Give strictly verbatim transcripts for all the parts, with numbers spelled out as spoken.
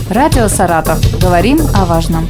Радио Саратов. Говорим о важном.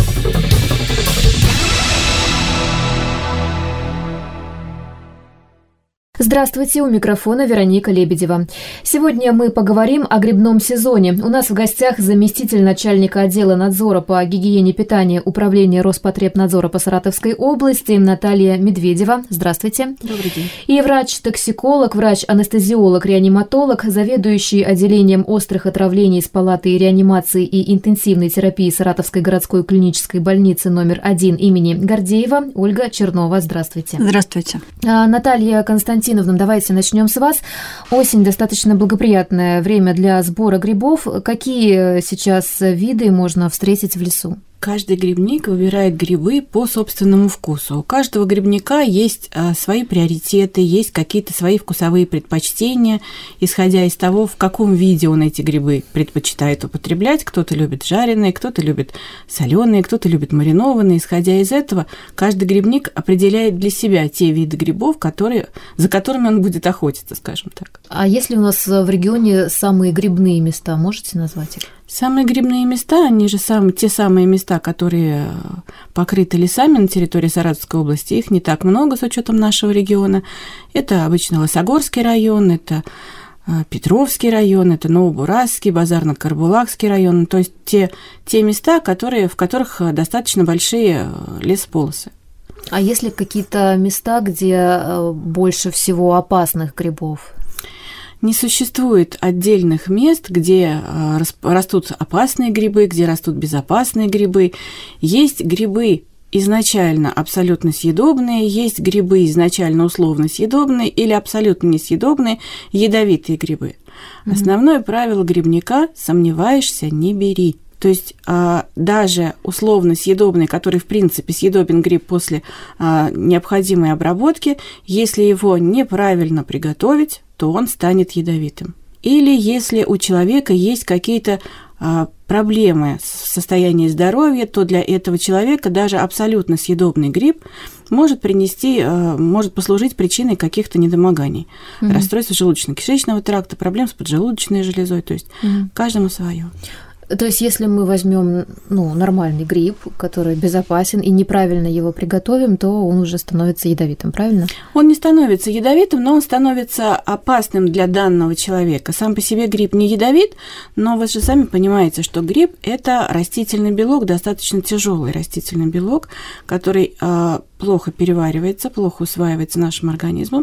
Здравствуйте, у микрофона Вероника Лебедева. Сегодня мы поговорим о грибном сезоне. У нас в гостях заместитель начальника отдела надзора по гигиене питания Управления Роспотребнадзора по Саратовской области Наталья Медведева. Здравствуйте. Добрый день. И врач-токсиколог, врач-анестезиолог, реаниматолог, заведующий отделением острых отравлений из палаты реанимации и интенсивной терапии Саратовской городской клинической больницы номер один имени Гордеева Ольга Чернова. Здравствуйте. Здравствуйте. А, Наталья Константиновна, давайте начнем с вас. Осень достаточно благоприятное время для сбора грибов. Какие сейчас виды можно встретить в лесу? Каждый грибник выбирает грибы по собственному вкусу. У каждого грибника есть а, свои приоритеты, есть какие-то свои вкусовые предпочтения, исходя из того, в каком виде он эти грибы предпочитает употреблять. Кто-то любит жареные, кто-то любит соленые, кто-то любит маринованные. Исходя из этого, каждый грибник определяет для себя те виды грибов, которые, за которыми он будет охотиться, скажем так. А есть ли у нас в регионе самые грибные места? Можете назвать их? Самые грибные места, они же самые, те самые места, которые покрыты лесами на территории Саратовской области, их не так много с учетом нашего региона. Это обычно Лосогорский район, это Петровский район, это Новобурасский, Базарно-Карбулакский район, то есть те, те места, которые, в которых достаточно большие лесополосы. А есть ли какие-то места, где больше всего опасных грибов? Не существует отдельных мест, где растут опасные грибы, где растут безопасные грибы. Есть грибы изначально абсолютно съедобные, есть грибы изначально условно съедобные или абсолютно несъедобные, ядовитые грибы. Mm-hmm. Основное правило грибника – сомневаешься – не бери. То есть а, даже условно съедобный, который в принципе съедобен гриб после а, необходимой обработки, если его неправильно приготовить, то он станет ядовитым. Или если у человека есть какие-то а, проблемы в состоянии здоровья, то для этого человека даже абсолютно съедобный гриб может принести, а, может послужить причиной каких-то недомоганий, mm-hmm. расстройств желудочно-кишечного тракта, проблем с поджелудочной железой, то есть mm-hmm. каждому свое. То есть, если мы возьмем ну, нормальный гриб, который безопасен, и неправильно его приготовим, то он уже становится ядовитым, правильно? Он не становится ядовитым, но он становится опасным для данного человека. Сам по себе гриб не ядовит, но вы же сами понимаете, что гриб – это растительный белок, достаточно тяжелый растительный белок, который э, плохо переваривается, плохо усваивается нашим организмом.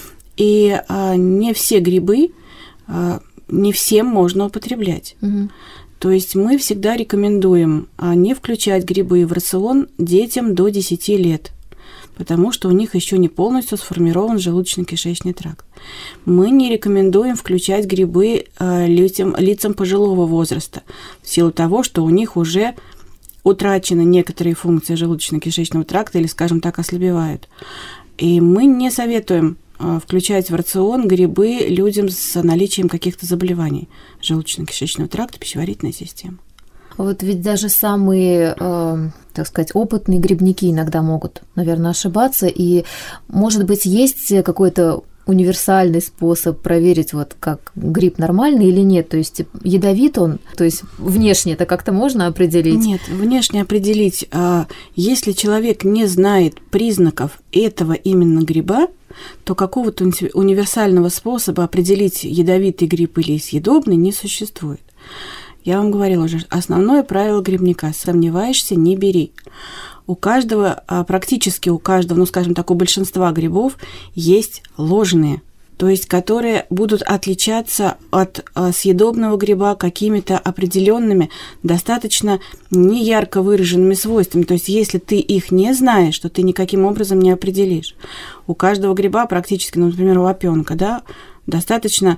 И э, не все грибы, э, не всем можно употреблять. Угу. То есть мы всегда рекомендуем не включать грибы в рацион детям до десяти лет, потому что у них еще не полностью сформирован желудочно-кишечный тракт. Мы не рекомендуем включать грибы лицам, лицам пожилого возраста, в силу того, что у них уже утрачены некоторые функции желудочно-кишечного тракта или, скажем так, ослабевают. И мы не советуем включать в рацион грибы людям с наличием каких-то заболеваний желудочно-кишечного тракта, пищеварительной системы. Вот ведь даже самые, э, так сказать, опытные грибники иногда могут, наверное, ошибаться, и, может быть, есть какой-то универсальный способ проверить, вот как гриб нормальный или нет, то есть ядовит он, то есть внешне это как-то можно определить? Нет, внешне определить, если человек не знает признаков этого именно гриба, то какого-то универсального способа определить, ядовитый гриб или съедобный, не существует. Я вам говорила уже, основное правило грибника – сомневаешься – не бери. У каждого, практически у каждого, ну, скажем так, у большинства грибов есть ложные, то есть которые будут отличаться от съедобного гриба какими-то определенными, достаточно неярко выраженными свойствами. То есть если ты их не знаешь, то ты никаким образом не определишь. У каждого гриба практически, ну, например, у опёнка, да, достаточно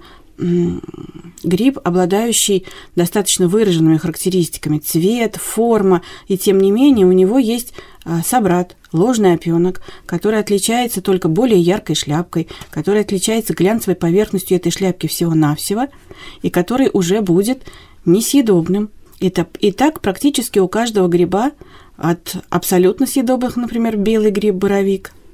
гриб, обладающий достаточно выраженными характеристиками, цвет, форма, и тем не менее у него есть собрат, ложный опёнок, который отличается только более яркой шляпкой, который отличается глянцевой поверхностью этой шляпки всего-навсего, и который уже будет несъедобным. Это, и так практически у каждого гриба, от абсолютно съедобных, например, белый гриб-боровик,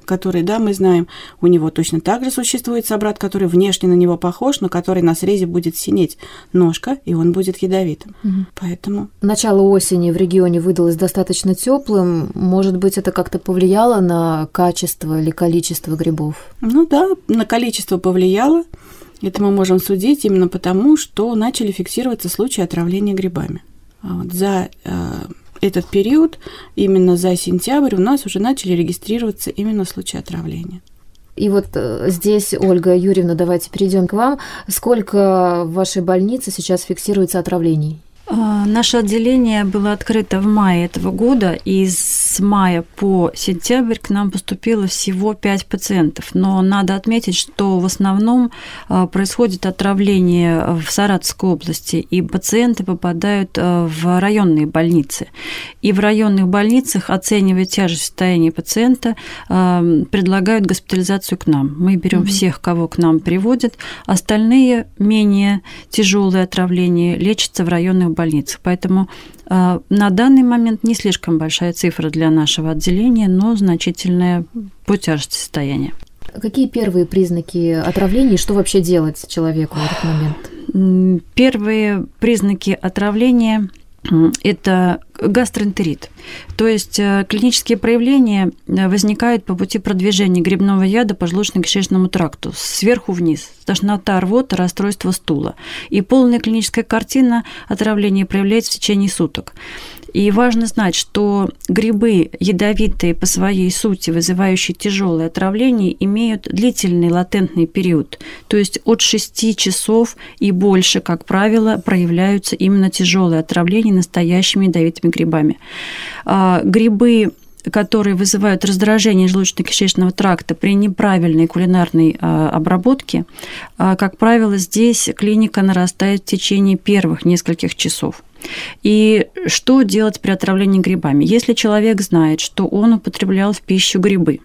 который, да, мы знаем, у него точно так же существует собрат, который внешне на него похож, но который на срезе будет синеть ножка, и он будет ядовитым. Угу. Поэтому... Начало осени в регионе выдалось достаточно теплым. Может быть, это как-то повлияло на качество или количество грибов? Ну да, на количество повлияло. Это мы можем судить именно потому, что начали фиксироваться случаи отравления грибами. Вот за э, этот период, именно за сентябрь, у нас уже начали регистрироваться именно случаи отравления. И вот здесь, Ольга Юрьевна, давайте перейдем к вам. Сколько в вашей больнице сейчас фиксируется отравлений? Наше отделение было открыто в мае этого года, и с мая по сентябрь к нам поступило всего пять пациентов. Но надо отметить, что в основном происходит отравление в Саратовской области, и пациенты попадают в районные больницы. И в районных больницах, оценивая тяжесть состояния пациента, предлагают госпитализацию к нам. Мы берем mm-hmm. всех, кого к нам приводят. Остальные менее тяжелые отравления лечатся в районных больницах. больницах. Поэтому э, на данный момент не слишком большая цифра для нашего отделения, но значительная по тяжести состояния. Какие первые признаки отравления и что вообще делать человеку в этот момент? Первые признаки отравления – это гастроэнтерит. То есть клинические проявления возникают по пути продвижения грибного яда по желудочно-кишечному тракту сверху вниз. Тошнота, рвота, расстройство стула. И полная клиническая картина отравления проявляется в течение суток. И важно знать, что грибы ядовитые по своей сути, вызывающие тяжелое отравление, имеют длительный латентный период. То есть от шести часов и больше, как правило, проявляются именно тяжелые отравления настоящими ядовитыми грибами. Грибы, которые вызывают раздражение желудочно-кишечного тракта при неправильной кулинарной обработке, как правило, здесь клиника нарастает в течение первых нескольких часов. И что делать при отравлении грибами? Если человек знает, что он употреблял в пищу грибы,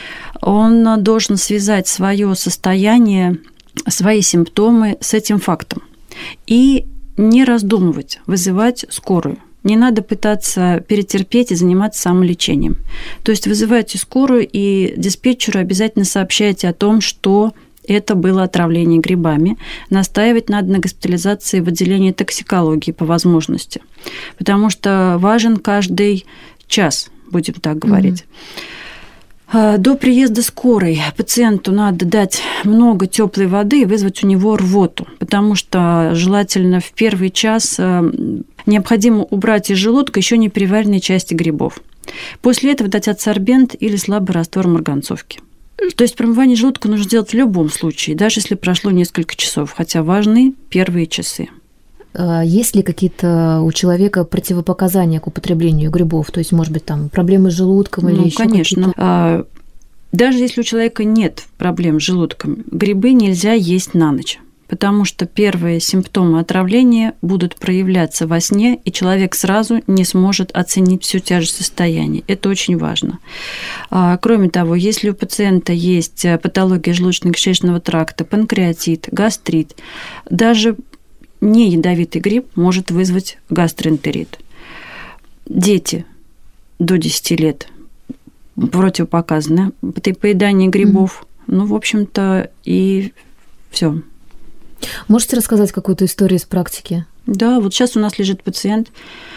он должен связать свое состояние, свои симптомы с этим фактом и не раздумывать, вызывать скорую. Не надо пытаться перетерпеть и заниматься самолечением. То есть вызывайте скорую и диспетчеру обязательно сообщайте о том, что это было отравление грибами. Настаивать надо на госпитализации в отделении токсикологии по возможности, потому что важен каждый час, будем так говорить. Mm-hmm. До приезда скорой пациенту надо дать много теплой воды и вызвать у него рвоту, потому что желательно в первый час необходимо убрать из желудка еще не переваренные части грибов. После этого дать адсорбент или слабый раствор марганцовки. То есть промывание желудка нужно делать в любом случае, даже если прошло несколько часов, хотя важны первые часы. Есть ли какие-то у человека противопоказания к употреблению грибов? То есть, может быть, там проблемы с желудком или ну, еще конечно. какие-то? Даже если у человека нет проблем с желудком, грибы нельзя есть на ночь, потому что первые симптомы отравления будут проявляться во сне, и человек сразу не сможет оценить всю тяжесть состояния. Это очень важно. Кроме того, если у пациента есть патология желудочно-кишечного тракта, панкреатит, гастрит, даже не ядовитый гриб может вызвать гастроэнтерит. Дети до десяти лет противопоказано при поедании грибов. Mm-hmm. Ну, в общем-то, и все. Можете рассказать какую-то историю из практики? Да, вот сейчас у нас лежит пациент,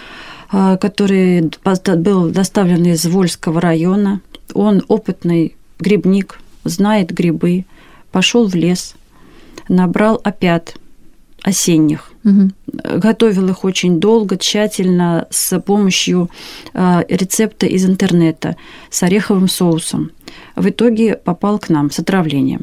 который был доставлен из Вольского района. Он опытный грибник, знает грибы, пошел в лес, набрал опят осенних, угу. готовил их очень долго, тщательно, с помощью рецепта из интернета, с ореховым соусом. В итоге попал к нам с отравлением.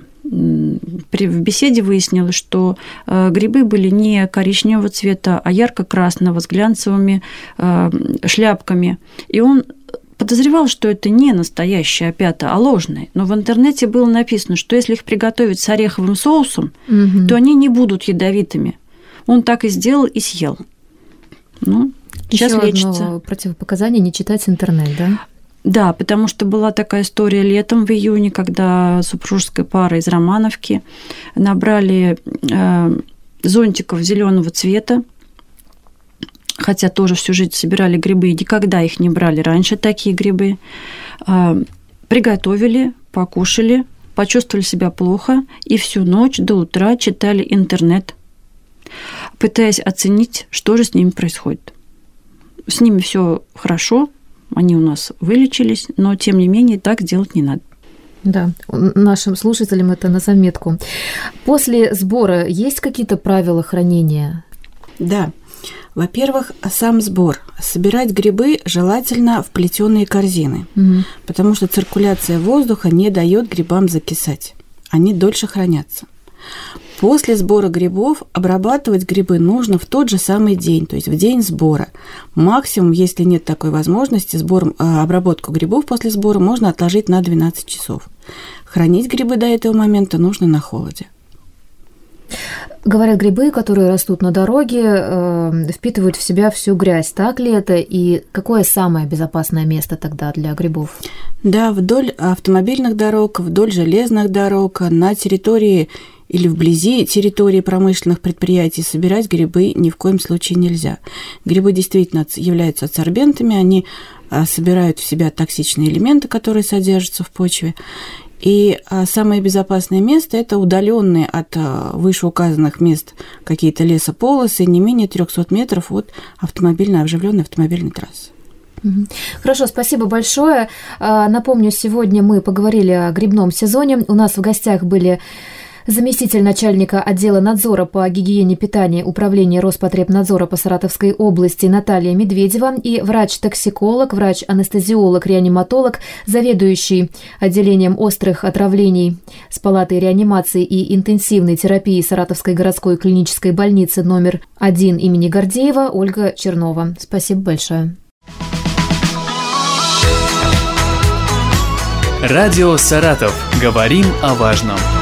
В беседе выяснилось, что грибы были не коричневого цвета, а ярко-красного, с глянцевыми шляпками. И он подозревал, что это не настоящие опята, а ложные. Но в интернете было написано, что если их приготовить с ореховым соусом, угу. то они не будут ядовитыми. Он так и сделал и съел. Ну, сейчас Ещё лечится. Одно противопоказание – не читать интернет, да? Да, потому что была такая история летом в июне, когда супружеская пара из Романовки набрали э, зонтиков зеленого цвета, хотя тоже всю жизнь собирали грибы и никогда их не брали раньше, такие грибы, э, приготовили, покушали, почувствовали себя плохо и всю ночь до утра читали интернет, пытаясь оценить, что же с ними происходит. С ними все хорошо, они у нас вылечились, но тем не менее так делать не надо. Да, нашим слушателям это на заметку. После сбора есть какие-то правила хранения? Да. Во-первых, сам сбор. Собирать грибы желательно в плетеные корзины, угу. потому что циркуляция воздуха не дает грибам закисать. Они дольше хранятся. После сбора грибов обрабатывать грибы нужно в тот же самый день, то есть в день сбора. Максимум, если нет такой возможности, сбор, обработку грибов после сбора можно отложить на двенадцать часов. Хранить грибы до этого момента нужно на холоде. Говорят, грибы, которые растут на дороге, э, впитывают в себя всю грязь. Так ли это? И какое самое безопасное место тогда для грибов? Да, вдоль автомобильных дорог, вдоль железных дорог, на территории или вблизи территории промышленных предприятий собирать грибы ни в коем случае нельзя. Грибы действительно являются адсорбентами, они собирают в себя токсичные элементы, которые содержатся в почве. И самое безопасное место – это удаленные от вышеуказанных мест какие-то лесополосы, не менее трехсот метров от автомобильной, оживленной автомобильной трассы. Хорошо, спасибо большое. Напомню, сегодня мы поговорили о грибном сезоне. У нас в гостях были заместитель начальника отдела надзора по гигиене питания Управления Роспотребнадзора по Саратовской области Наталья Медведева и врач-токсиколог, врач-анестезиолог, реаниматолог, заведующий отделением острых отравлений с палатой реанимации и интенсивной терапии Саратовской городской клинической больницы номер один имени Гордеева Ольга Чернова. Спасибо большое. Радио «Саратов». Говорим о важном.